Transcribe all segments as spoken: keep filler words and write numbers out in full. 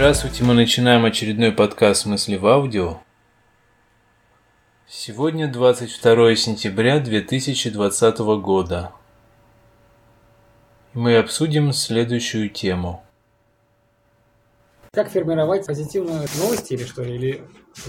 Здравствуйте, мы начинаем очередной подкаст «Мысли в аудио». Сегодня двадцать второе сентября две тысячи двадцатого года. Мы обсудим следующую тему. Как формировать позитивные новости или что? Или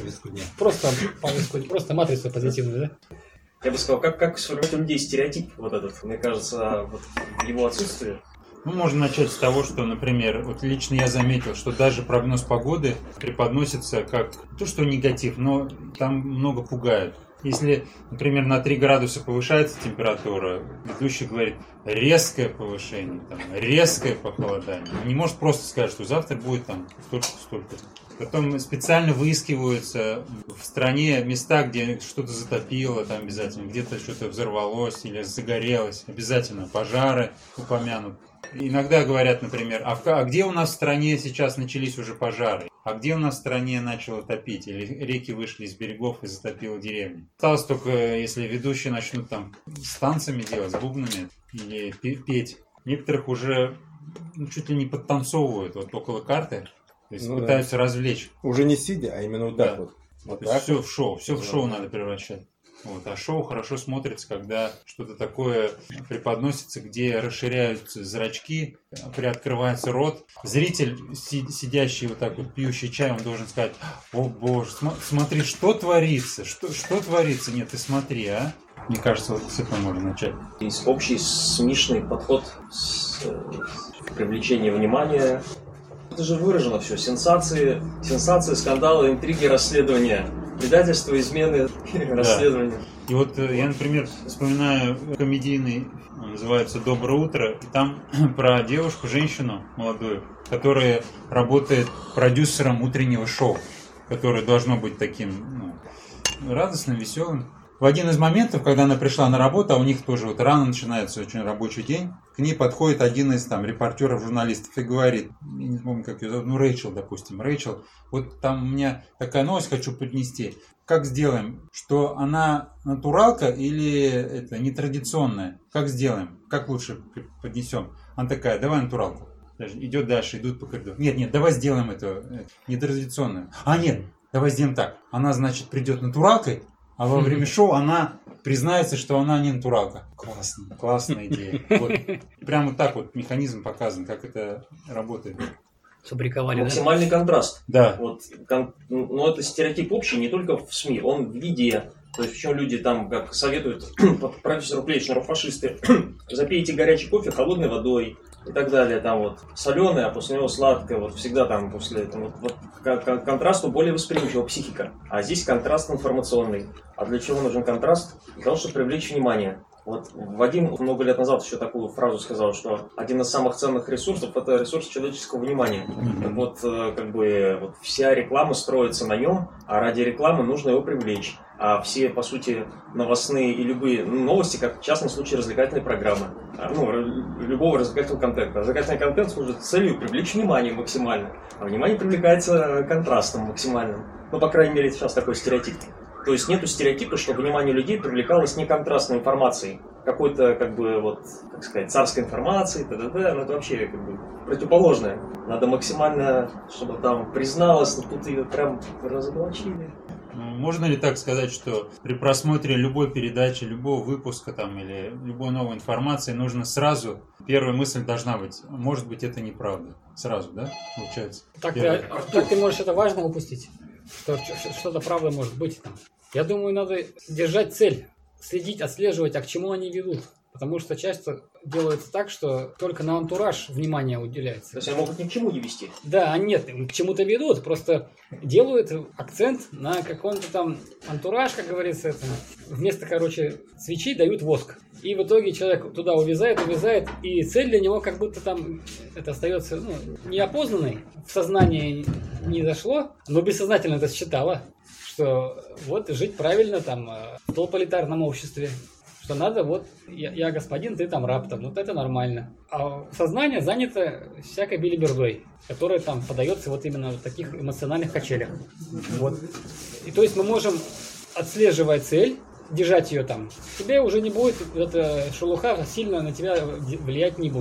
просто, просто матрицу позитивную, да? Я бы сказал, как, как сформировать у людей стереотип вот этот, мне кажется, вот в его отсутствии. Ну, можно начать с того, что, например, вот лично я заметил, что даже прогноз погоды преподносится как то, что негатив, но там много пугают. Если, например, на три градуса повышается температура, ведущий говорит резкое повышение, там, резкое похолодание. Он не может просто сказать, что завтра будет там столько-то, столько-то. Потом специально выискиваются в стране места, где что-то затопило, там обязательно, где-то что-то взорвалось или загорелось, обязательно пожары упомянут. Иногда говорят, например, а, в, а где у нас в стране сейчас начались уже пожары? А где у нас в стране начало топить? Или реки вышли из берегов и затопило деревни? Осталось только, если ведущие начнут там с танцами делать, с бубнами или петь. Некоторых уже ну, чуть ли не подтанцовывают вот около карты. То есть ну, пытаются да. развлечь. Уже не сидя, а именно вот так да. вот. вот так все вот. в шоу, все в шоу надо превращать. Вот. А шоу хорошо смотрится, когда что-то такое преподносится, где расширяются зрачки, приоткрывается рот. Зритель, сидящий вот так вот, пьющий чай, он должен сказать: о боже, смотри, что творится, что, что творится, нет, ты смотри, а. Мне кажется, вот с этого можно начать. Есть общий смешный подход с, к привлечению внимания. Это же выражено все. Сенсации, сенсации, скандалы, интриги, расследования. Предательство, измены, да. расследования. И вот я, например, вспоминаю комедийный, называется «Доброе утро», и там про девушку, женщину молодую, которая работает продюсером утреннего шоу, которое должно быть таким ну, радостным, веселым. В один из моментов, когда она пришла на работу, а у них тоже вот рано начинается очень рабочий день, к ней подходит один из там репортеров, журналистов и говорит, я не помню, как ее зовут, ну Рэйчел, допустим, Рэйчел, вот там у меня такая новость хочу поднести. Как сделаем, что она натуралка или это нетрадиционная? Как сделаем? Как лучше поднесем? Она такая, давай натуралку. Идет дальше, идут по коридору. Нет, нет, давай сделаем это нетрадиционную. А нет, давай сделаем так. Она, значит, придет натуралкой, а во время шоу она признается, что она не натуралка. Классно, классная идея. Вот. Прямо вот так вот механизм показан, как это работает. Сфабриковали, максимальный да? контраст. Да. Вот, кон, ну, это стереотип общий не только в СМИ, он в виде. То есть, почему люди там, как советуют профессору Плечнеру, фашисты, запейте горячий кофе холодной водой и так далее. Там вот соленое, а после него сладкое. Вот всегда там после этого. Вот, вот, к контрасту более восприимчива психика. А здесь контраст информационный. А для чего нужен контраст? Для того, чтобы привлечь внимание. Вот Вадим много лет назад еще такую фразу сказал, что один из самых ценных ресурсов – это ресурс человеческого внимания. Так вот, как бы, вот вся реклама строится на нем, а ради рекламы нужно его привлечь. А все, по сути, новостные и любые ну, новости, как в частном случае развлекательные программы, ну, любого развлекательного контента. Развлекательный контент служит целью привлечь внимание максимально. А внимание привлекается контрастом максимальным. Ну, по крайней мере, сейчас такой стереотип. То есть нету стереотипа, что внимание людей привлекалось не контрастной информацией, какой-то, как бы, вот, как сказать, царской информацией, т.д. Ну, это вообще, как бы, противоположное. Надо максимально, чтобы там призналось, но тут ее прям разоблачили. Можно ли так сказать, что при просмотре любой передачи, любого выпуска там, или любой новой информации нужно сразу, первая мысль должна быть, может быть, это неправда. Сразу, да, получается? Так, ты, так ты можешь это важно упустить, что что-то правда может быть там. Я думаю, надо держать цель, следить, отслеживать, а к чему они ведут. Потому что часто делается так, что только на антураж внимание уделяется. То есть они могут ни к чему не вести. Да, нет, к чему-то ведут, просто делают акцент на каком-то там антураж, как говорится, это. Вместо, короче, свечи дают воск. И в итоге человек туда увязает, увязает, и цель для него как будто там это остается ну, неопознанной, в сознание не зашло, но бессознательно это считало, что вот жить правильно там в толполитарном обществе. Что надо, вот, я, я господин, ты там раб, там, вот это нормально. А сознание занято всякой билибердой, которая там подается вот именно в таких эмоциональных качелях. Вот. И то есть мы можем, отслеживая цель, держать ее там. Тебе уже не будет, эта шелуха сильно на тебя влиять не будет.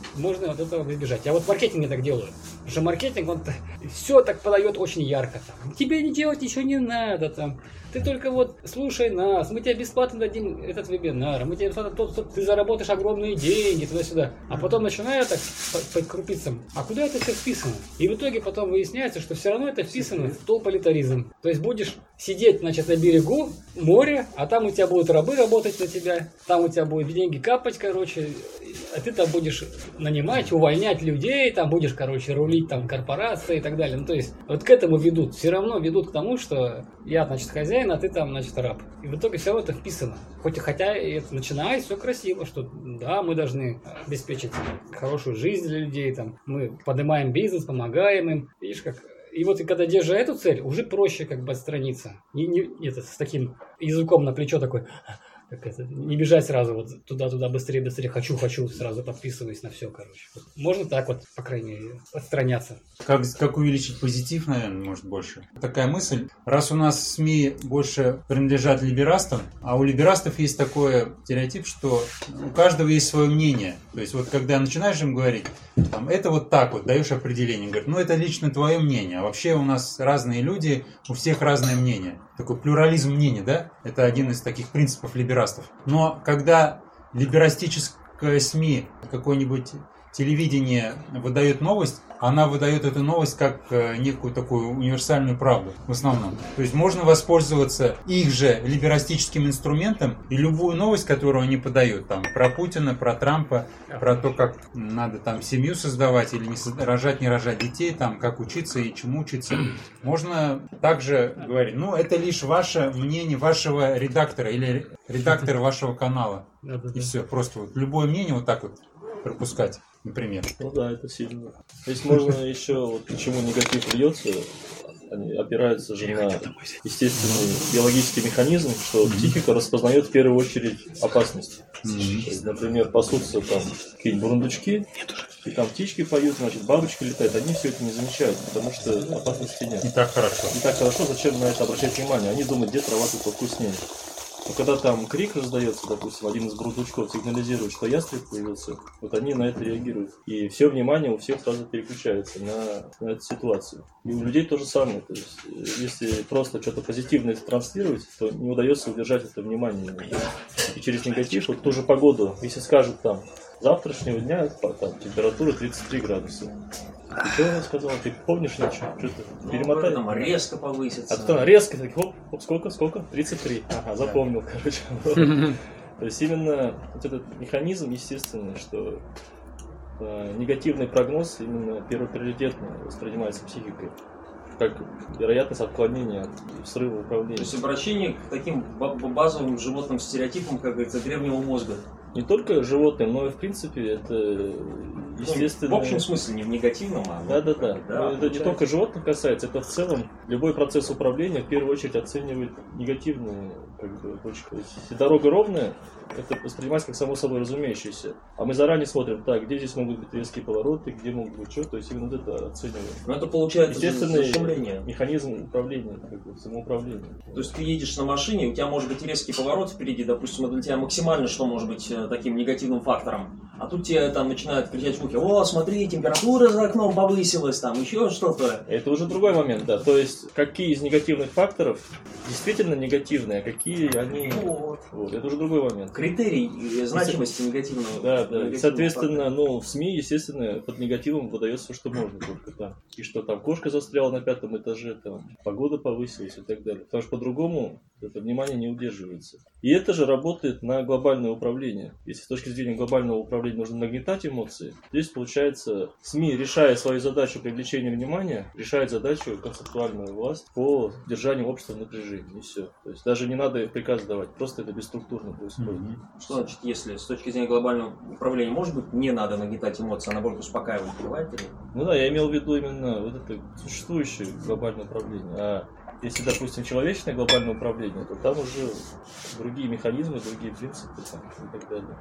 можно от этого избежать. Я вот в маркетинге так делаю. Потому что маркетинг, он все так подает очень ярко. Там. Тебе не делать ничего не надо. Там. Ты только вот слушай нас, мы тебе бесплатно дадим этот вебинар, мы тебе бесплатно, то, то, ты заработаешь огромные деньги туда-сюда. А потом начинаю так по, по крупицам, а куда это все вписано? И в итоге потом выясняется, что все равно это вписано в толполитаризм. То есть будешь сидеть, значит, на берегу моря, а там у тебя будут рабы работать на тебя, там у тебя будут деньги капать, короче, а ты там будешь нанимать, увольнять людей, там будешь, короче, рулить там корпорации и так далее. Ну, то есть вот к этому ведут, все равно ведут к тому, что я, значит, хозяин, а ты там, значит, раб. И в итоге все равно это вписано. Хоть, хотя это начинает все красиво, что да, мы должны обеспечить хорошую жизнь для людей, там, мы поднимаем бизнес, помогаем им. Видишь, как... И вот когда держа эту цель, уже проще как бы отстраниться. Не, не, это, с таким языком на плечо такой... Как это, не бежать сразу вот туда-туда, быстрее, быстрее, хочу, хочу, сразу подписываюсь на все, короче. Вот можно так вот, по крайней мере, отстраняться. Как, как увеличить позитив, наверное, может больше. Такая мысль. Раз у нас СМИ больше принадлежат либерастам, а у либерастов есть такой стереотип, что у каждого есть свое мнение. То есть вот когда начинаешь им говорить, там, это вот так вот, даешь определение, говорят, ну это лично твое мнение, а вообще у нас разные люди, у всех разное мнение. Такой плюрализм мнений, да? Это один из таких принципов либерастов. Но когда либерастическое СМИ, какое-нибудь телевидение выдает новость, она выдает эту новость как некую такую универсальную правду в основном. То есть можно воспользоваться их же либерастическим инструментом, и любую новость, которую они подают, там, про Путина, про Трампа, про то, как надо там семью создавать или не создавать, рожать, не рожать детей, там, как учиться и чему учиться, можно также говорить, ну, это лишь ваше мнение вашего редактора или редактора вашего канала. И все, просто вот любое мнение вот так вот пропускать, например. Ну да, это сильно. Здесь можно еще, вот почему негатив льется, они опираются же на естественный биологический механизм, что психика распознает в первую очередь опасность. Mm-hmm. То есть, например, пасутся там какие-нибудь бурундучки, и там птички поют, значит, бабочки летают, они все это не замечают, потому что опасности нет. Не так хорошо. Не так хорошо, зачем на это обращать внимание? Они думают, где трава тут повкуснее. Но когда там крик раздается, допустим, один из бурундучков сигнализирует, что ястреб появился, вот они на это реагируют. И все внимание у всех сразу переключается на, на эту ситуацию. И у людей то же самое. То есть, если просто что-то позитивное транслировать, то не удается удержать это внимание. И через негатив, вот ту же погоду, если скажут там, завтрашнего дня там, температура тридцать три градуса. Ты что сказал? Ты помнишь ничего? Что-то перемотай. Ну, там резко повысится. А кто резко? Так, хоп, хоп, сколько? Сколько? тридцать три. Ага, запомнил, короче. То есть именно вот этот механизм естественный, что э, негативный прогноз именно первоприоритетно воспринимается психикой. Как вероятность отклонения от срыва управления. То есть обращение к таким базовым животным стереотипам, как говорится, древнего мозга. Не только животным, но и в принципе это естественно. Ну, в общем смысле, не в негативном, а... Да, да, да. да это не только животных касается, это в целом любой процесс управления в первую очередь оценивает негативные как бы, точки. Если дорога ровная, это воспринимается как само собой разумеющееся. А мы заранее смотрим, так, где здесь могут быть резкие повороты, где могут быть что, то есть именно вот это оцениваем. Но это получается естественный зашумление. Механизм управления, как бы, самоуправления. То есть ты едешь на машине, у тебя может быть резкий поворот впереди, допустим, для тебя максимально что может быть таким негативным фактором. А тут тебе там начинают кричать в ухе: о, смотри, температура за окном повысилась, там еще что-то. Это уже другой момент, да. То есть, какие из негативных факторов действительно негативные, а какие они... Вот. Вот. Это уже другой момент. Критерий значимости негативного. Да, да. негативного Соответственно, фактора. ну, в СМИ, естественно, под негативом выдается все, что можно только там. И что там кошка застряла на пятом этаже, там погода повысилась и так далее. Потому что по-другому это внимание не удерживается. И это же работает на глобальное управление. Если с точки зрения глобального управления нужно нагнетать эмоции, здесь получается СМИ, решая свою задачу привлечения внимания, решает задачу концептуальную власть по держанию общества в напряжении. И все. То есть даже не надо приказ давать, просто это бесструктурно происходит. Mm-hmm. Что значит, если с точки зрения глобального управления, может быть, не надо нагнетать эмоции, а наоборот успокаивать, бывает ли? Ну да, я имел в виду именно вот это существующее глобальное управление. А если, допустим, человечное глобальное управление, то там уже другие механизмы, другие принципы там, и так далее.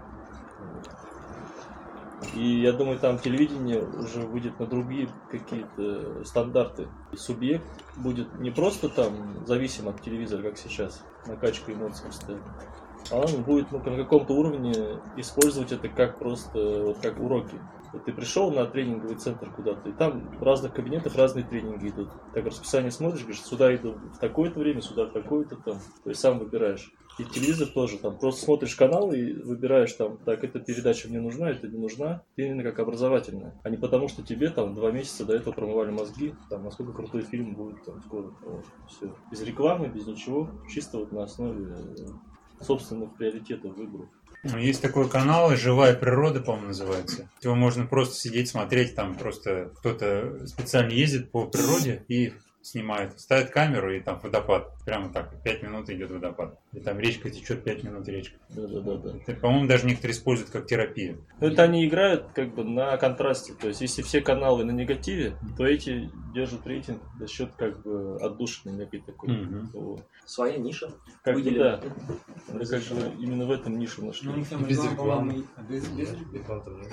И я думаю, там телевидение уже выйдет на другие какие-то стандарты. И субъект будет не просто там зависим от телевизора, как сейчас, накачка эмоций постоянно, он будет ну, на каком-то уровне использовать это как просто вот как уроки. Вот ты пришел на тренинговый центр куда-то, и там в разных кабинетах разные тренинги идут. Так расписание смотришь, говоришь, сюда иду в такое-то время, сюда в такое-то там. То есть сам выбираешь. И телевизор тоже, там просто смотришь канал и выбираешь там, так, эта передача мне нужна, это не нужна. Ты именно как образовательная. А не потому, что тебе там два месяца до этого промывали мозги, там, насколько крутой фильм будет там скоро. Вот, все. Без рекламы, без ничего, чисто вот на основе собственных приоритетов выбора. Есть такой канал «Живая природа», по-моему, называется. Его можно просто сидеть, смотреть, там просто кто-то специально ездит по природе и снимает, ставит камеру, и там водопад. Прямо так, пять минут идет водопад. И там речка течет, пять минут речка. Да-да-да. Это, по-моему, даже некоторые используют как терапию. Но это они играют как бы на контрасте. То есть, если все каналы на негативе, то эти держат рейтинг за счет как бы отдушины некой такой. Мгм. Вот. Своя ниша. Как бы, Выделено. да. Мы как бы именно в этом нишу нашли. Ну, у них там Без реклама, рекламы. по-моему, и- без, без рекламы тоже.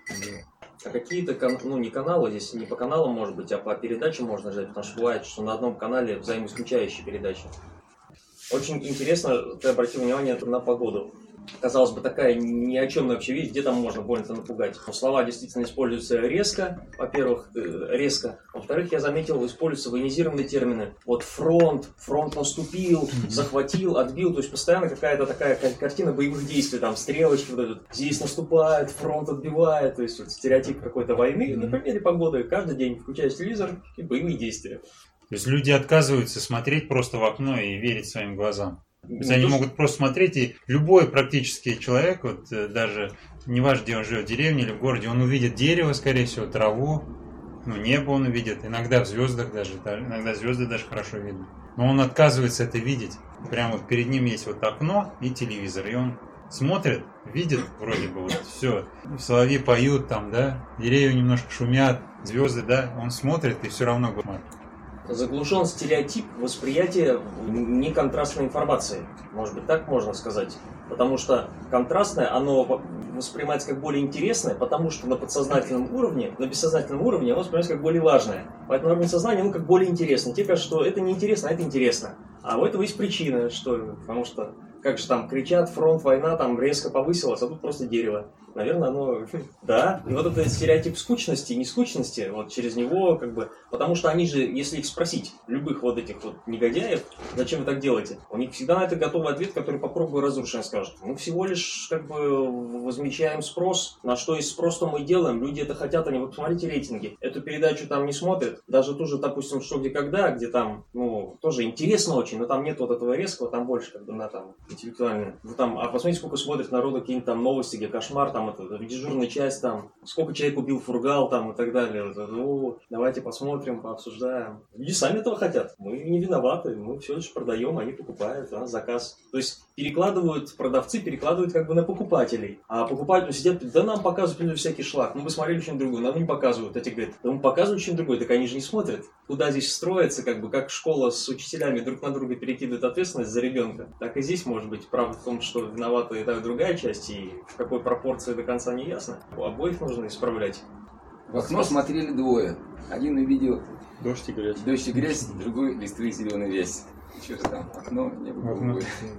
А какие-то, кан- ну не каналы, здесь не по каналам может быть, а по передачам можно ждать, потому что бывает, что на одном канале взаимоисключающие передачи. Очень интересно, ты обратил внимание на погоду. Казалось бы, такая ни о чем вообще вещь, где там можно больно-то напугать. Но слова действительно используются резко, во-первых, э, резко. Во-вторых, я заметил, используются военизированные термины. Вот фронт, фронт наступил, захватил, отбил. То есть постоянно какая-то такая ка- картина боевых действий, там стрелочки вот этот, здесь наступает, фронт отбивает. То есть вот стереотип какой-то войны. На примере погоды каждый день включаешь телевизор и боевые действия. То есть люди отказываются смотреть просто в окно и верить своим глазам. То есть они Ну, то, могут просто смотреть, и любой практически человек, вот э, даже неважно, где он живет, в деревне или в городе, он увидит дерево, скорее всего, траву, ну, небо он увидит, иногда в звездах даже, да, иногда звезды даже хорошо видно. Но он отказывается это видеть. Прямо вот перед ним есть вот окно и телевизор, и он смотрит, видит вроде бы вот все, соловьи поют там, да, деревья немножко шумят, звезды, да, он смотрит и все равно говорит. заглушен стереотип восприятия неконтрастной информации. Может быть, так можно сказать. Потому что контрастное, оно воспринимается как более интересное, потому что на подсознательном уровне, на бессознательном уровне оно воспринимается как более важное. Поэтому на уровне сознания оно как более интересно. Тебе кажется, что это не интересно, а это интересно. А у этого есть причина, что, потому что, как же там кричат, фронт, война, там резко повысилась, а тут просто дерево. Наверное, оно, да. И вот этот стереотип скучности и нескучности, вот через него, как бы, потому что они же, если их спросить, любых вот этих вот негодяев, зачем вы так делаете, у них всегда на это готовый ответ, который попробую разрушить, скажут. Мы всего лишь, как бы, возмещаем спрос, на что есть спрос, то мы и делаем, люди это хотят, они, вот посмотрите рейтинги, эту передачу там не смотрят, даже ту же, допустим, «Что, где, когда», где там, ну, тоже интересно очень, но там нет вот этого резкого, там больше, как бы, на там, интеллектуальное. Ну, там, а посмотрите, сколько смотрит народу какие-нибудь там новости, где кошмар, там, это, дежурная часть, там, сколько человек убил Фургал, там, и так далее. Вот, ну, давайте посмотрим, пообсуждаем. Люди сами этого хотят. Мы не виноваты, мы все лишь продаем, они покупают, а заказ. То есть перекладывают, продавцы перекладывают как бы на покупателей. А покупатели сидят, да нам показывают всякий шлак, мы бы смотрели что-нибудь другое, нам не показывают. Эти говорят, да мы показывают что-нибудь другое, так они же не смотрят. Куда здесь строится, как бы, как школа с учителями друг на друга перекидывает ответственность за ребенка. Так и здесь может быть. Правда в том, что виновата и та, и другая часть, и в какой пропорции до конца не ясно. У обоих нужно исправлять. В окно смотрели двое. Один увидел Дождь и грязь. дождь и грязь, другой листвы зеленый весь. Что же там, окно, небо голубое.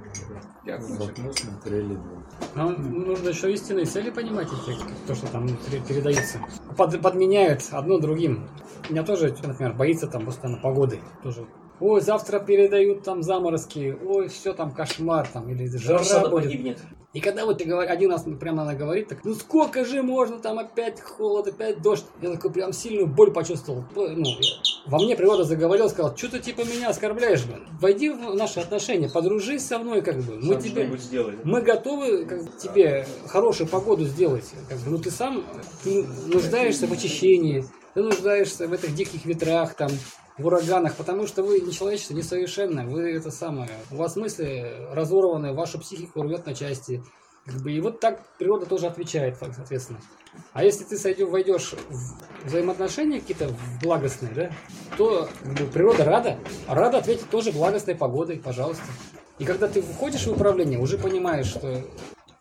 И окно что-то. смотрели два. Нам нужно еще истинные цели понимать, эти, то, что там внутри передается. Под- подменяют одно другим. Меня тоже, например, боится там постоянно погоды. Тоже. Ой, завтра передают там заморозки, ой, все там кошмар, там, или жара Сада будет. погибнет. И когда вот ты говоришь, один раз прямо она говорит, так, ну сколько же можно, там опять холод, опять дождь. Я такой прям сильную боль почувствовал. Ну, во мне природа заговорила, сказала, что ты типа меня оскорбляешь, блин. Войди в наши отношения, подружись со мной, как бы. Мы Сам тебе, что-нибудь сделай. мы готовы как, тебе хорошую погоду сделать. Как бы, ну ты сам ты нуждаешься в очищении, ты нуждаешься в этих диких ветрах, там, в ураганах, потому что вы не человечество, несовершенны, вы это самое, у вас мысли разорваны, вашу психику рвет на части. Как бы, и вот так природа тоже отвечает, соответственно. А если ты сойдешь, войдешь в взаимоотношения какие-то благостные, да, то как бы, природа рада, рада ответить тоже благостной погодой, пожалуйста. И когда ты входишь в управление, уже понимаешь, что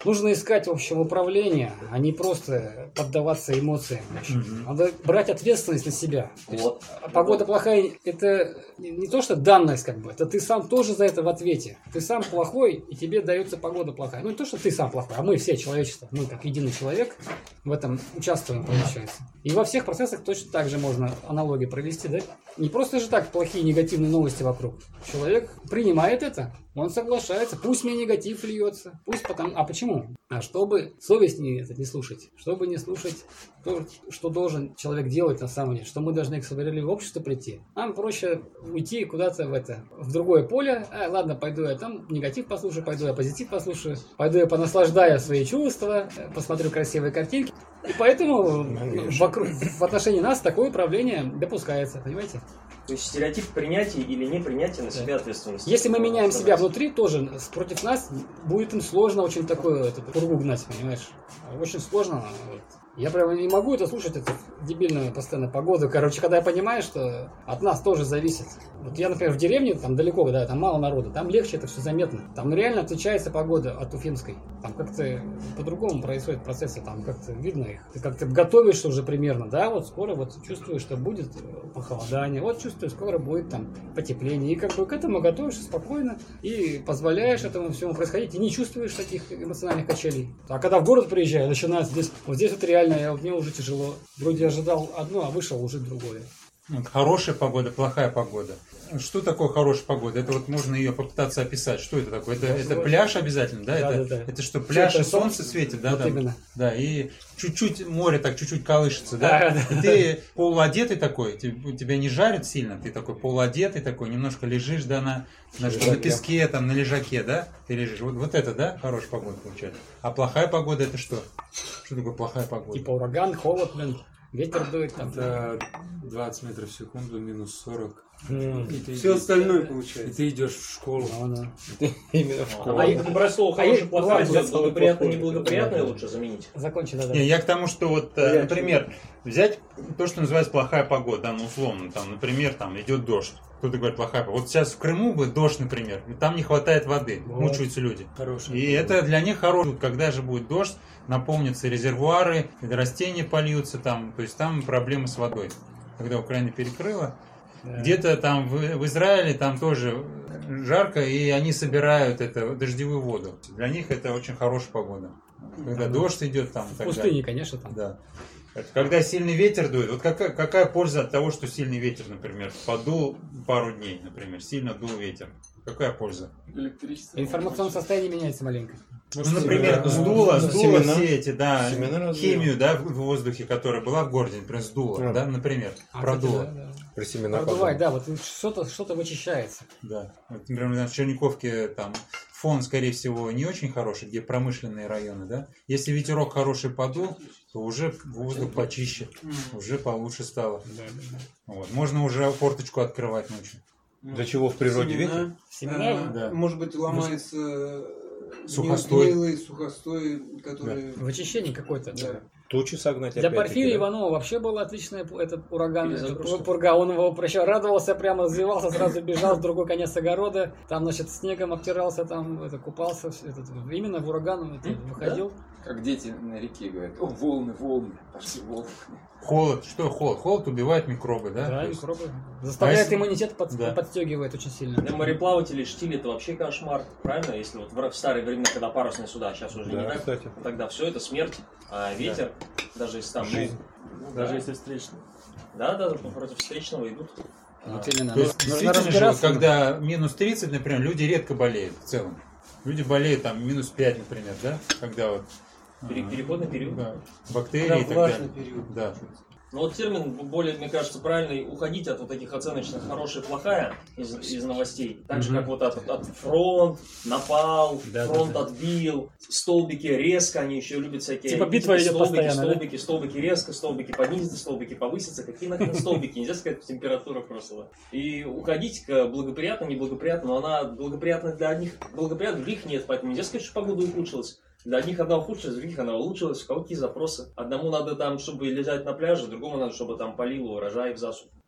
нужно искать, в общем, управление, а не просто поддаваться эмоциям. В общем. Мгм. Надо брать ответственность на себя. То есть, Вот. а погода плохая, это не не то, что данность, как бы, это ты сам тоже за это в ответе. Ты сам плохой, и тебе дается погода плохая. Ну, не то, что ты сам плохой, а мы все человечество, мы как единый человек в этом участвуем, получается. И во всех процессах точно так же можно аналогии провести, да? Не просто же так плохие негативные новости вокруг. Человек принимает это, он соглашается, пусть мне негатив льется, пусть потому... А почему? А чтобы совесть не, это, не слушать, чтобы не слушать то, что должен человек делать на самом деле, что мы должны к справедливому обществу прийти. Нам проще уйти куда-то в это, в другое поле. А, ладно, пойду я там негатив послушаю, пойду я позитив послушаю, пойду я понаслаждаю свои чувства, посмотрю красивые картинки. И поэтому вокруг, в отношении нас такое управление допускается, понимаете? То есть стереотип принятия или непринятия на себя ответственности. Если мы меняем Оставляется. себя внутри, тоже против нас будет им сложно очень такое это, пургу гнать, понимаешь? Очень сложно. Вот. Я прямо не могу это слушать, эту дебильную постоянно погоду. Короче, когда я понимаю, что от нас тоже зависит. Вот я, например, в деревне, там далеко, да, там мало народу, там легче это все заметно. Там реально отличается погода от уфимской. Там как-то по-другому происходят процессы, там как-то видно их. Ты как-то готовишься уже примерно, да, вот скоро вот чувствуешь, что будет похолодание, вот чувствую, скоро будет там потепление. И как бы к этому готовишься спокойно и позволяешь этому всему происходить, и не чувствуешь таких эмоциональных качелей. А когда в город приезжаю, начинается здесь, вот здесь вот реально, я, вот мне уже тяжело. Вроде ожидал одно, а вышел уже другое. Вот хорошая погода, плохая погода. Что такое хорошая погода? Это вот можно ее попытаться описать. Что это такое? Это, это пляж обязательно, да? Да, это, да, да. это что, пляж и Это солнце солнце, светит, да? вот там? именно. Да, и чуть-чуть море так чуть-чуть колышется, да? Да, да, И ты полуодетый такой, te- тебя не жарит сильно, ты такой полуодетый такой, немножко лежишь, да, на, на, что, на песке, там, на лежаке, да? Ты лежишь. Вот, вот это, да, хорошая погода получается. А плохая погода это что? Что такое плохая погода? Типа ураган, холод, блин, ветер дует там. Это двадцать метров в секунду, минус сорок. М. И ты Все идешь- остальное И получается. ты идешь в школу. Ну, да. Именно в школу. А если брать слово а хороший, есть- плохой, ладно, сделать слово благоприятное, плохое. неблагоприятное лучше заменить. Закончи, да, да. Не, я к тому, что вот, э, например, взять то, что называется плохая погода, да, ну условно, там, например, там идет дождь. Кто-то говорит плохая погода. Вот сейчас в Крыму будет дождь, например, и там не хватает воды, Вот. мучаются люди. Хорошая И это для них хорошо. Когда же будет дождь, наполнятся резервуары, растения польются там, то есть там проблемы с водой. Когда Украина перекрыла, Да. где-то там в, в Израиле там тоже жарко, и они собирают это дождевую воду. Для них это очень хорошая погода. Когда дождь идет там и В так пустыне, далее. конечно, там. Да. Это когда сильный ветер дует, вот какая, какая польза от того, что сильный ветер, например, подул пару дней, например, сильно дул ветер? Какая польза? Электричество. Информационное состояние меняется маленько. Ну, например, семена. сдуло, сдуло Семена. все эти, да, Семена разве? химию, да, в воздухе, которая была в городе, например, сдуло, А. да, например, А, продуло. кстати, да, да. Про семена Продувает, да, вот что-то что-то вычищается. Да. Вот, например, на Черниковке там фон, скорее всего, не очень хороший, где промышленные районы, да. Если ветерок хороший подул, то уже воздух почище, уже получше стало. Вот. Можно уже форточку открывать ночью. Для чего в природе ветер? Семена, А, да. Может быть, ломается э, Сухостой. гнилый сухостой, который... вычищение какое-то. Да. Да. Тучи согнать Для опять-таки, Порфирия да? Иванова вообще был отличный этот ураган, этот Перезагрузка. пурга. Он его прощал, радовался, прямо развивался, сразу бежал в другой конец огорода. Там, значит, снегом обтирался, там это, купался. Этот, именно в ураган это, выходил. Как дети на реке говорят, о, волны, волны, пошли волны. Холод, что холод? Холод убивает микробы, да? Да, То есть- микробы. Заставляет А если- иммунитет, под, Да. подстегивает очень сильно. Для мореплавателей штиль это вообще кошмар, правильно? Если вот в старые времена, когда парусные суда, сейчас уже не Да, так, кстати. тогда все это смерть, а ветер, даже если там... Жизнь. ну, Даже да. если встречный. Да, да, против встречного идут. Вот именно. То есть, Нужно действительно же, вот разбираться. когда минус тридцать, например, люди редко болеют в целом. Люди болеют там минус пять, например, да? Когда вот... Пере- а, переходный период. Да, бактерии Да, и так влажный далее. период. Да. Ну вот термин более, мне кажется, правильный, уходить от вот таких оценочных хорошая и плохая из, из новостей. Так же, Мгм. как вот от, от фронт, напал, Да, фронт да, да. отбил, столбики резко, они еще любят всякие... Типа битва идет столбики, постоянно, да? столбики, столбики резко, столбики понизятся, столбики повысятся. Какие нахрен столбики? Нельзя сказать температура просто. И уходить к благоприятно, неблагоприятно, но она благоприятна для одних, благоприятна, для других нет, поэтому нельзя сказать, что погода ухудшилась. Для одних одна ухудшилась, для других она улучшилась. У кого какие запросы? Одному надо там, чтобы лежать на пляже, другому надо, чтобы там полило урожай в засуху.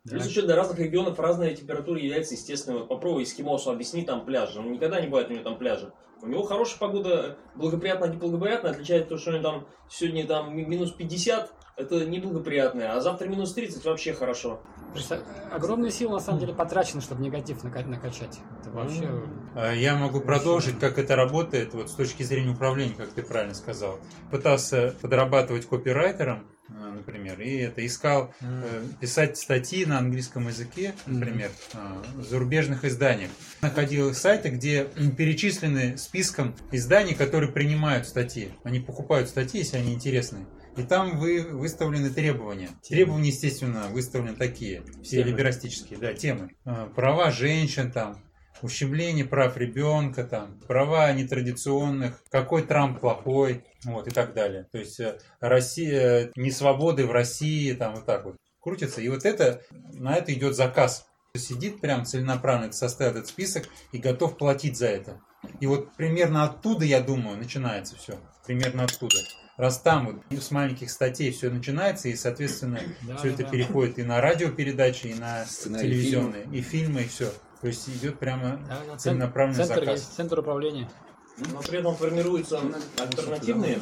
Плюс еще для разных регионов разная температура является естественной. Вот попробуй эскимосу объясни там пляж. Он никогда не бывает у него там пляжа. У него хорошая погода, благоприятная, неблагоприятная, отличается то, что у него там сегодня там минус пятьдесят, это неблагоприятное, а завтра минус тридцать вообще хорошо. То есть огромные силы на самом деле потрачены, чтобы негатив нака- накачать. Это вообще... Я могу продолжить, как это работает вот с точки зрения управления, как ты правильно сказал. Пытался подрабатывать копирайтером, например, и это искал э, писать статьи на английском языке, например, э, в зарубежных изданиях. Находил сайты, где перечислены списком изданий, которые принимают статьи. Они покупают статьи, если они интересны. И там вы, выставлены требования. Требования, естественно, выставлены такие, все темы. Либерастические, да, темы. Э, права женщин там, ущемление прав ребенка, там, права нетрадиционных, какой Трамп плохой, вот, и так далее. То есть Россия, несвободы в России, там, вот так вот крутится. И вот это, на это идет заказ. Сидит прям целенаправленно, составит этот список и готов платить за это. И вот примерно оттуда, я думаю, начинается все. Примерно оттуда. Раз там вот с маленьких статей все начинается, и, соответственно, да, все да, это да. переходит и на радиопередачи, и на сценарий телевизионные, фильмов. И фильмы, и все. То есть идет прямо да, да, целенаправленный центр, заказ. Есть, центр управления. Но при этом формируются альтернативные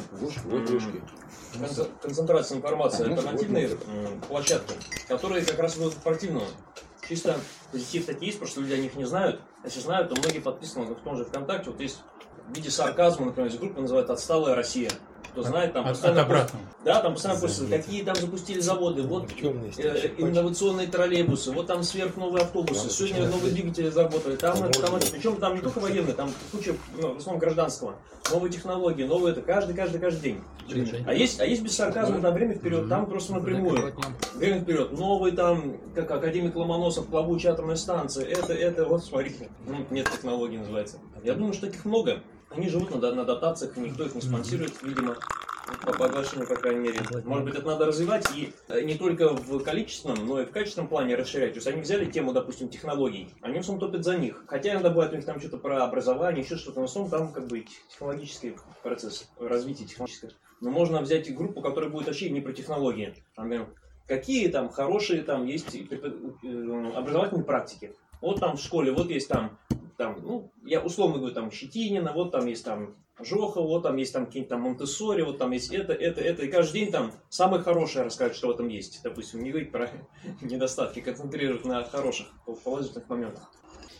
концентрация информации, альтернативные площадки, которые как раз будут противного. Чисто позитив такие есть, потому что люди о них не знают. Если знают, то многие подписаны в том же ВКонтакте. Вот есть в виде сарказма, например, есть группа, называется «Отсталая Россия». Кто знает, там от, постоянно... От обратного. Да, там постоянно пишут, какие там запустили заводы, вот э, инновационные троллейбусы, вот там сверхновые автобусы, сегодня новые двигатели заработали, там это, там это. Причем там не только военные, там куча, ну, в основном гражданского. Новые технологии, новые это, каждый, каждый, каждый день. А есть, а есть без сарказма, там время вперед, там просто напрямую. Время вперед. Новый там, как академик Ломоносов, плавучая атомная станция, это, это, вот смотрите, ну, нет технологий называется. Я думаю, что таких много. Они живут на, на дотациях, и никто их не спонсирует, видимо, по приглашению, по крайней мере. Может быть, это надо развивать и не только в количественном, но и в качественном плане расширять. То есть они взяли тему, допустим, технологий, они в основном топят за них. Хотя иногда бывает у них там что-то про образование, еще что-то, но в основном там как бы технологический процесс, развитие технологического. Но можно взять группу, которая будет вообще не про технологии. Например, какие там хорошие там есть образовательные практики. Вот там в школе, вот есть там, там, ну, я условно говорю, там Щетинина, вот там есть там Жохов, вот там есть там какие-нибудь там Монтессори, вот там есть это, это, это, и каждый день там самое хорошее рассказывать, что в этом есть. Допустим, не говорить про недостатки, концентрировать на хороших, положительных моментах.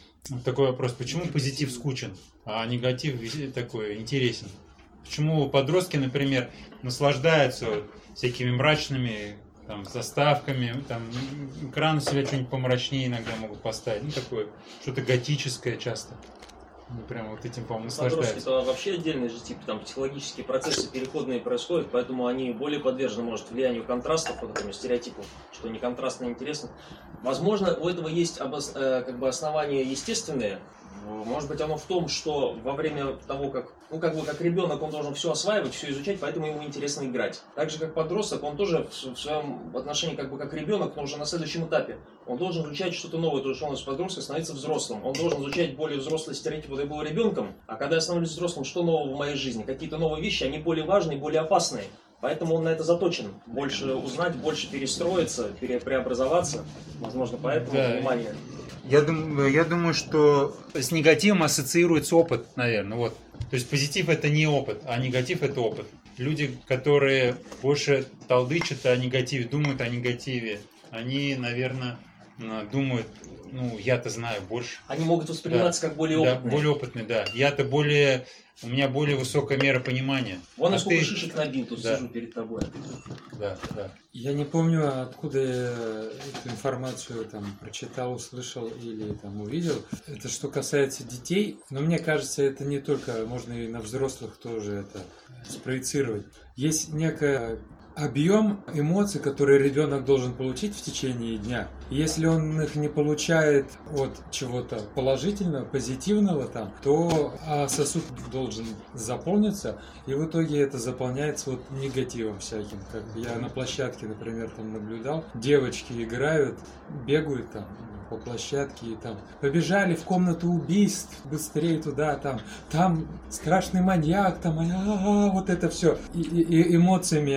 Такой вопрос, почему позитив скучен, а негатив такой интересен? Почему подростки, например, наслаждаются вот всякими мрачными там, заставками, там, экран у себя что-нибудь помрачнее иногда могут поставить, ну, такое, что-то готическое часто. Ну, прям вот этим, по-моему, наслаждаются. Это вообще отдельный же тип, там, психологические процессы переходные происходят, поэтому они более подвержены, может, влиянию контрастов, вот этому стереотипу, что не контрастно, не интересно. Возможно, у этого есть обос... как бы основания естественные. Может быть, оно в том, что во время того, как, ну, как бы, как ребенок, он должен все осваивать, все изучать, поэтому ему интересно играть. Так же, как подросток, он тоже в, в своем отношении, как бы, как ребенок, но уже на следующем этапе. Он должен изучать что-то новое, то, что он из подростка становится взрослым. Он должен изучать более взрослые стереотипы, когда я был ребенком, а когда я становлюсь взрослым, что нового в моей жизни? Какие-то новые вещи, они более важные, более опасные. Поэтому он на это заточен. Больше узнать, больше перестроиться, пере- преобразоваться. Возможно, поэтому да. Внимание. Я думаю, я думаю, что с негативом ассоциируется опыт, наверное. Вот. То есть позитив это не опыт, а негатив это опыт. Люди, которые больше толдычат о негативе, думают о негативе, они, наверное, думают, ну, я-то знаю больше. Они могут восприниматься да. как более опытные. Да, более опытные, да. Я-то более... У меня более высокая мера понимания. Вон а сколько ты... шишек набил, тут да. сижу перед тобой. Да, да. Я не помню, откуда я эту информацию там прочитал, услышал или там увидел. Это что касается детей, но мне кажется, это не только, можно и на взрослых тоже это спроецировать. Есть некая объем эмоций, которые ребенок должен получить в течение дня. Если он их не получает от чего-то положительного, позитивного там, то а сосуд должен заполниться, и в итоге это заполняется вот негативом всяким. Как я на площадке, например, там наблюдал, девочки играют, бегают там по площадке и там побежали в комнату убийств, быстрее туда, там, там страшный маньяк, там, а-а-а, вот это все. И, и, и эмоциями они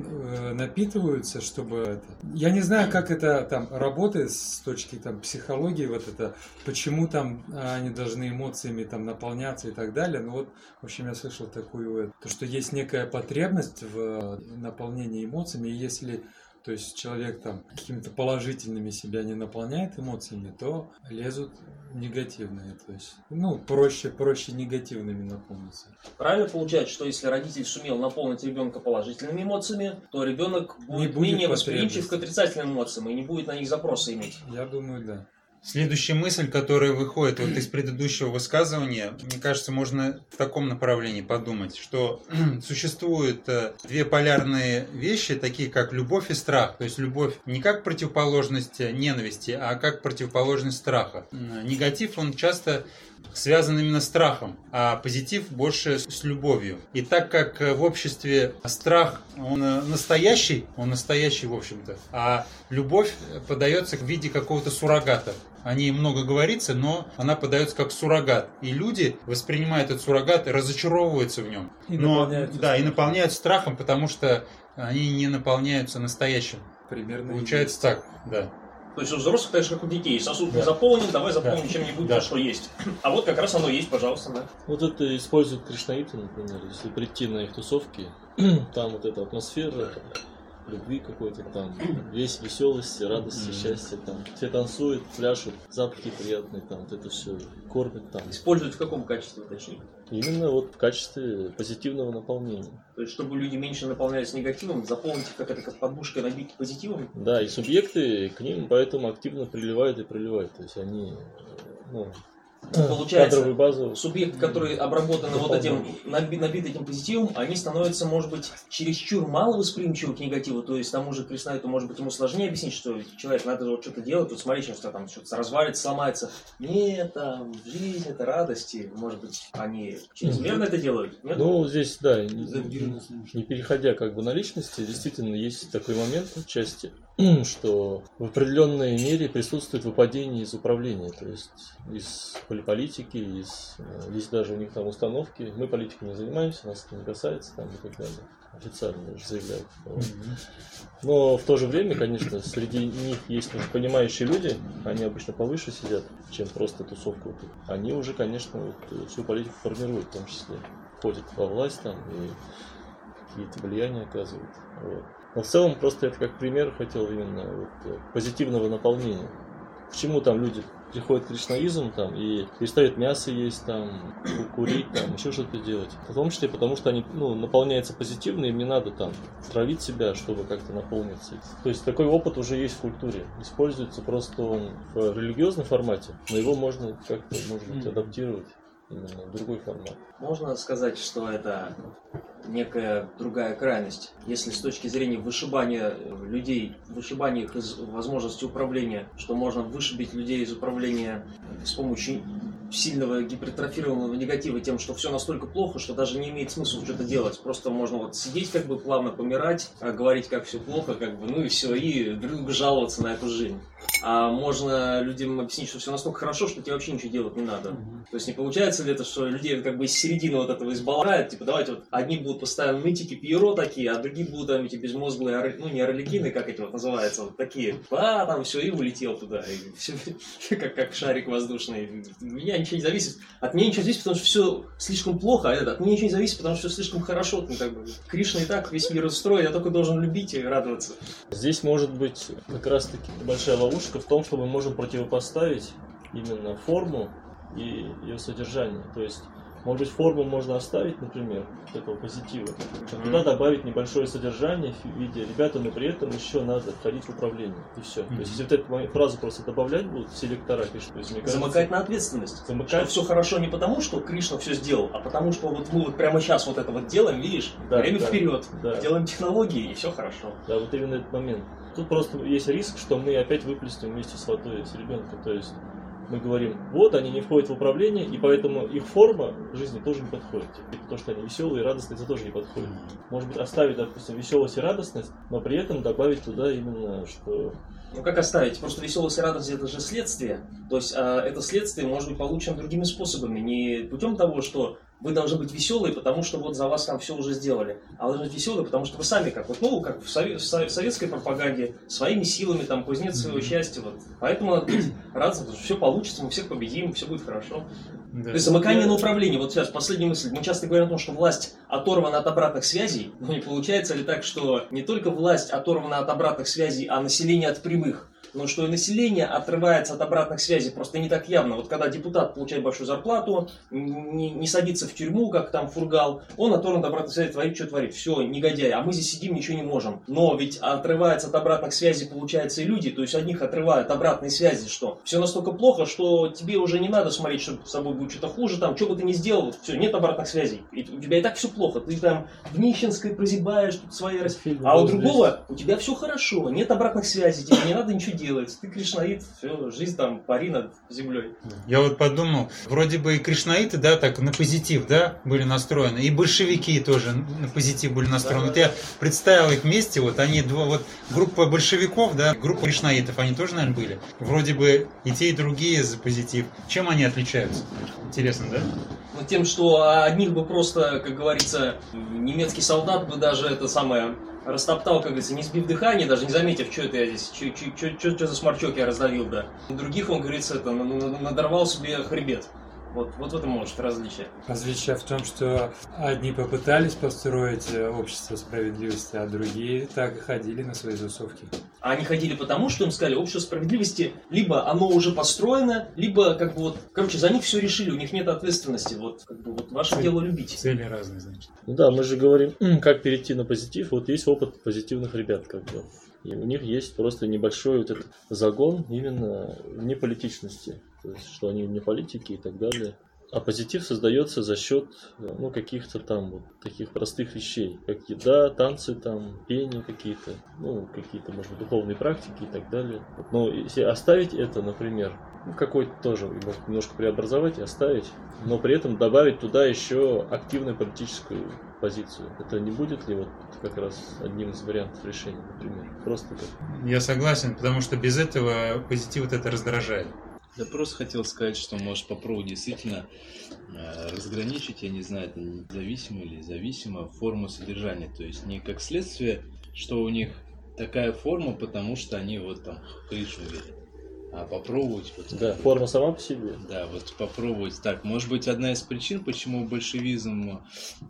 э, напитываются, чтобы это... Я не знаю, как это там работает с точки там психологии, вот это, почему там они должны эмоциями там наполняться и так далее. Ну вот, в общем, я слышал такую, то, что есть некая потребность в наполнении эмоциями, и если... То есть человек там какими-то положительными себя не наполняет эмоциями, то лезут негативные. То есть, ну, проще, проще негативными наполниться. Правильно получается, что если родитель сумел наполнить ребенка положительными эмоциями, то ребенок будет, будет менее восприимчив к потребности. отрицательным эмоциям и не будет на них запроса иметь. Я думаю, да. Следующая мысль, которая выходит вот из предыдущего высказывания, мне кажется, можно в таком направлении подумать, что существуют э, две полярные вещи, такие как любовь и страх. То есть любовь не как противоположность ненависти, а как противоположность страха. Негатив, он часто связан именно с страхом, а позитив больше с любовью. И так как в обществе страх, он настоящий, он настоящий в общем-то, а любовь подается в виде какого-то суррогата. О ней много говорится, но она подается как суррогат. И люди воспринимают этот суррогат и разочаровываются в нем. И но, наполняются да, и страхом. наполняют страхом, потому что они не наполняются настоящим. Примерно. Получается так, да. То есть у взрослых, так же, как у детей, сосуд Да. не заполнен, давай заполним Да. чем-нибудь, Да. то, что есть. А вот как раз оно есть, пожалуйста, да. Вот это используют кришнаиты, например, если прийти на их тусовки, там вот эта атмосфера любви какой-то там, весь веселости, радости, счастья там. Все танцуют, пляшут, запахи приятные там, вот это все кормят там. Используют в каком качестве, уточни? Именно вот в качестве позитивного наполнения. То есть, чтобы люди меньше наполнялись негативом, заполнить их как это как подушкой, набить позитивом. Да, и субъекты к ним поэтому активно приливают и приливают. То есть они, ну, Получается, кадровую базу. субъекты, которые обработаны вот Дополняют. этим, наби- набиты этим позитивом, они становятся, может быть, чересчур мало восприимчивы к негативу. То есть тому же кришнаиту, может быть, ему сложнее объяснить, что человек, надо вот что-то делать, тут смотри, что там что-то развалится, сломается. Нет, там, жизнь это радости. Может быть, они чрезмерно это делают? Нет? Ну, здесь, да, не, не переходя как бы на личности, действительно есть такой момент отчасти, что в определенной мере присутствует выпадение из управления, то есть из политики, из, э, есть даже у них там установки, мы политикой не занимаемся, нас это не касается там, и так далее, официально даже заявляют. Вот. Но в то же время, конечно, среди них есть уже понимающие люди, они обычно повыше сидят, чем просто тусовка. Они уже, конечно, вот, всю политику формируют, в том числе входят во власть там и какие-то влияния оказывают. Вот. Но в целом просто это как пример хотел именно вот, позитивного наполнения. Почему там люди приходят в кришнаизм там, и перестают мясо есть, там, курить, там, еще что-то делать. В том числе потому, что они ну, наполняются позитивно, им не надо там травить себя, чтобы как-то наполниться. То есть такой опыт уже есть в культуре. Используется просто он в религиозном формате, но его можно как-то, может быть, адаптировать именно в другой формат. Можно сказать, что это некая другая крайность. Если с точки зрения вышибания людей, вышибания их из возможности управления, что можно вышибить людей из управления с помощью сильного гипертрофированного негатива тем, что все настолько плохо, что даже не имеет смысла что-то делать. Просто можно вот сидеть, как бы плавно помирать, а говорить, как все плохо, как бы, ну и все, и друг другу жаловаться на эту жизнь. А можно людям объяснить, что все настолько хорошо, что тебе вообще ничего делать не надо. То есть не получается ли это, что людей как бы из середины вот этого избаловают, типа давайте вот одни будут постоянно нытики, пьеро такие, а другие будут там эти безмозглые, ну не орликины, как эти вот называются, вот такие. А, там все, и улетел туда, и все, как, как шарик воздушный. От меня ничего не зависит. От меня ничего не зависит, потому что все слишком плохо, а это, от меня ничего не зависит, потому что все слишком хорошо. Ну, как бы, Кришна и так весь мир устроен, я только должен любить и радоваться. Здесь может быть как раз-таки большая ловушка в том, что мы можем противопоставить именно форму и ее содержание. То есть, может быть, форму можно оставить, например, вот этого позитива, а туда добавить небольшое содержание в виде «ребята, но при этом еще надо входить в управление». И все. Mm-hmm. То есть, если вот эту фразу просто добавлять будут, все лектора пишут. То есть, мне кажется, замыкать на ответственность. Замыкать. Что все хорошо не потому, что Кришна все сделал, а потому что вот мы вот прямо сейчас вот это вот делаем, видишь, да, время да, вперед, да. делаем технологии, и все хорошо. Да, вот именно этот момент. Тут просто есть риск, что мы опять выплеснем вместе с водой с ребенком. То есть мы говорим, вот они не входят в управление, и поэтому их форма жизни тоже не подходит. И то, что они веселые и радостные, это тоже не подходит. Может быть, оставить, допустим, веселость и радостность, но при этом добавить туда именно, что... Ну как оставить? Просто веселость и радость это же следствие. То есть а, это следствие может быть получено другими способами. Не путем того, что вы должны быть веселые, потому что вот за вас там все уже сделали. А вы должны быть веселые, потому что вы сами как вот, ну, как в сове- в советской пропаганде, своими силами, там, кузнец своего счастья. Вот. Поэтому надо быть радостным, потому что все получится, мы всех победим, все будет хорошо. Да. То есть замыкание на управление. Вот сейчас последняя мысль. Мы часто говорим о том, что власть оторвана от обратных связей, но не получается ли так, что не только власть оторвана от обратных связей, а население от прямых? Но что и население отрывается от обратных связей просто не так явно. Вот когда депутат получает большую зарплату, не, не садится в тюрьму, как там Фургал, он оторван от обратных связей, творит, что творит. Все, негодяй. А мы здесь сидим, ничего не можем. Но ведь отрывается от обратных связей, получается, и люди. То есть одних отрывают обратные связи, что все настолько плохо, что тебе уже не надо смотреть, что с собой будет что-то хуже. Там, что бы ты ни сделал, вот, все, нет обратных связей. И у тебя и так все плохо. Ты там в Нищенской прозябаешь, тут свои... А у другого, у тебя все хорошо, нет обратных связей, тебе не надо ничего делать, ты кришнаит, все, жизнь там пари над землей. Я вот подумал, вроде бы и кришнаиты, да, так на позитив, да, были настроены, и большевики тоже на позитив были настроены. Да, вот да. я представил их вместе, вот они, два, вот группа большевиков, да, группа кришнаитов, они тоже, наверное, были. Вроде бы и те, и другие за позитив. Чем они отличаются? Интересно, да? Ну, тем, что одних бы просто, как говорится, немецкий солдат бы даже это самое... растоптал, как говорится, не сбив дыхание, даже не заметив, что это я здесь, что за сморчок я раздавил, да. Других, он, говорится, это, надорвал себе хребет. Вот, вот в этом может различие. Различие в том, что одни попытались построить общество справедливости, а другие так и ходили на свои тусовки. А они ходили потому, что им сказали, общество справедливости, либо оно уже построено, либо, как бы вот, короче, за них все решили, у них нет ответственности. Вот, как бы, вот ваше Цель, дело любить. Цели разные, значит. Ну да, мы же говорим, как перейти на позитив. Вот есть опыт позитивных ребят, как бы. И у них есть просто небольшой вот этот загон именно в неполитичности. То есть, что они не политики и так далее. А позитив создается за счет, ну, каких-то там вот таких простых вещей, как еда, танцы, там, пение какие-то, ну, какие-то, может быть, духовные практики и так далее. Но если оставить это, например, ну, какой-то тоже, может, немножко преобразовать и оставить, но при этом добавить туда еще активную политическую позицию. Это не будет ли вот как раз одним из вариантов решения, например? Просто так. Я согласен, потому что без этого позитив вот это раздражает. Я просто хотел сказать, что может попробовать действительно э, разграничить, я не знаю, это независимо или зависимо, форму содержания. То есть не как следствие, что у них такая форма, потому что они вот там в Кришну верят. А попробовать... Вот, да, форма сама по себе. Да, вот попробовать так. Может быть, одна из причин, почему большевизм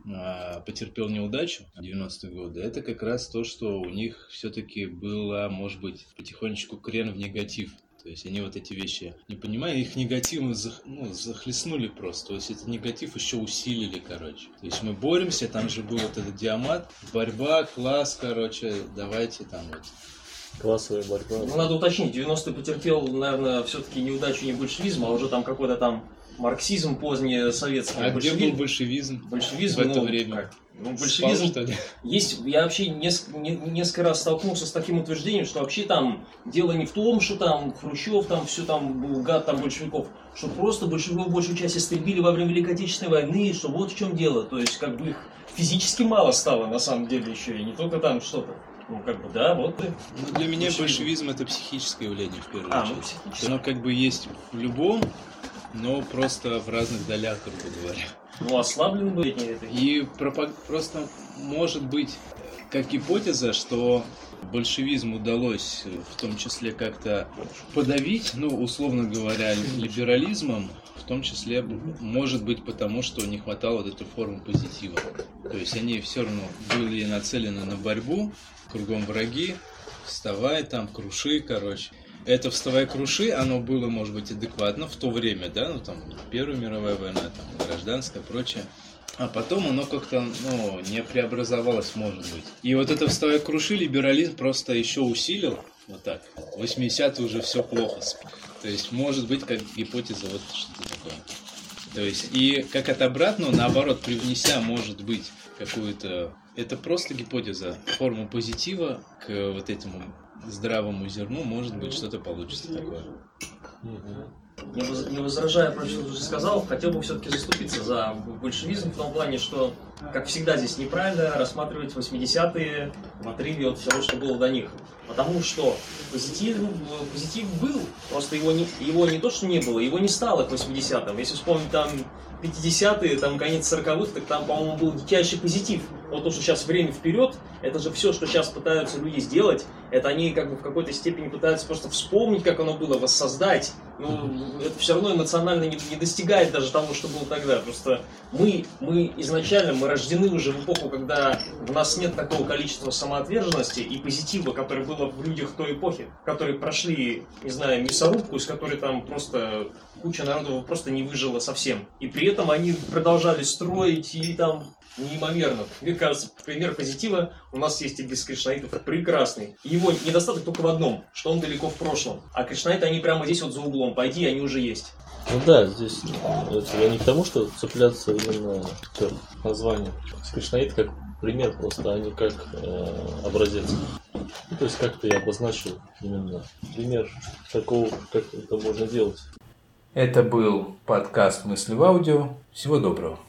э, потерпел неудачу в девяностые годы, это как раз то, что у них все-таки было, может быть, потихонечку крен в негатив. То есть они вот эти вещи не понимают, их негативно зах, ну, захлестнули просто. То есть этот негатив еще усилили, короче. То есть мы боремся, там же был вот этот диамат, борьба, класс, короче, давайте там вот. Классовая борьба. Ну, надо уточнить, девяностые потерпел, наверное, все-таки неудачу не большевизм, а уже там какой-то там марксизм поздний советский. А большевизм. где был большевизм, большевизм в это ну, время? Как? Ну, большевизм, Спал, что ли? Есть, я вообще несколько, несколько раз столкнулся с таким утверждением, что вообще там дело не в том, что там Хрущев, там все там был гад там большевиков, что просто большевиков большую часть истребили во время Великой Отечественной войны, что вот в чем дело. То есть как бы их физически мало стало на самом деле еще, и не только там что-то. Ну, как бы, да, вот. Ну, для меня большевизм это психическое явление в первую а, очередь. Ну, психическое. Оно как бы есть в любом, но просто в разных долях, грубо говоря. Ну, ослаблен бы это. И пропаг... просто может быть как гипотеза, что большевизму удалось в том числе как-то подавить, ну, условно говоря, либерализмом, в том числе, может быть, потому что не хватало вот этой формы позитива. То есть они все равно были нацелены на борьбу, кругом враги, вставай там, круши, короче. Это «вставай, круши», оно было, может быть, адекватно в то время, да, ну, там, Первая мировая война, там, гражданская, прочее. А потом оно как-то, ну, не преобразовалось, может быть. И вот это «вставай, круши» либерализм просто еще усилил, вот так. В восьмидесятые уже все плохо. То есть, может быть, как гипотеза, вот что-то такое. То есть, и как от обратного, наоборот, привнеся, может быть, какую-то... Это просто гипотеза, форму позитива к вот этому здравому зерну, может быть, что-то получится такое. Не, воз, не возражая против того, что ты сказал, хотел бы все-таки заступиться за большевизм в том плане, что, как всегда, здесь неправильно рассматривать восьмидесятые в отрыве от всего, что было до них. Потому что позитив, позитив был, просто его не, его не то, что не было, его не стало к восьмидесятым. Если вспомнить там пятидесятые, там конец сороковых, так там, по-моему, был дичайший позитив. Вот то, что сейчас время вперед, это же все, что сейчас пытаются люди сделать, это они как бы в какой-то степени пытаются просто вспомнить, как оно было, воссоздать. Но это все равно эмоционально не, не достигает даже того, что было тогда. Просто мы, мы изначально, мы рождены уже в эпоху, когда у нас нет такого количества самоотверженности и позитива, которое было в людях той эпохи, которые прошли, не знаю, мясорубку, из которой там просто куча народу просто не выжила совсем. И при этом они продолжали строить и там неимоверно. Мне кажется, пример позитива у нас есть и без кришнаитов прекрасный. Его недостаток только в одном, что он далеко в прошлом. А кришнаиты, они прямо здесь вот за углом. Пойди, они уже есть. Ну да, здесь это, я не к тому, что цепляться именно к названию. Кришнаит как пример просто, а не как э, образец. Ну, то есть как-то я обозначил именно пример такого, как это можно делать. Это был подкаст «Мысли в аудио». Всего доброго.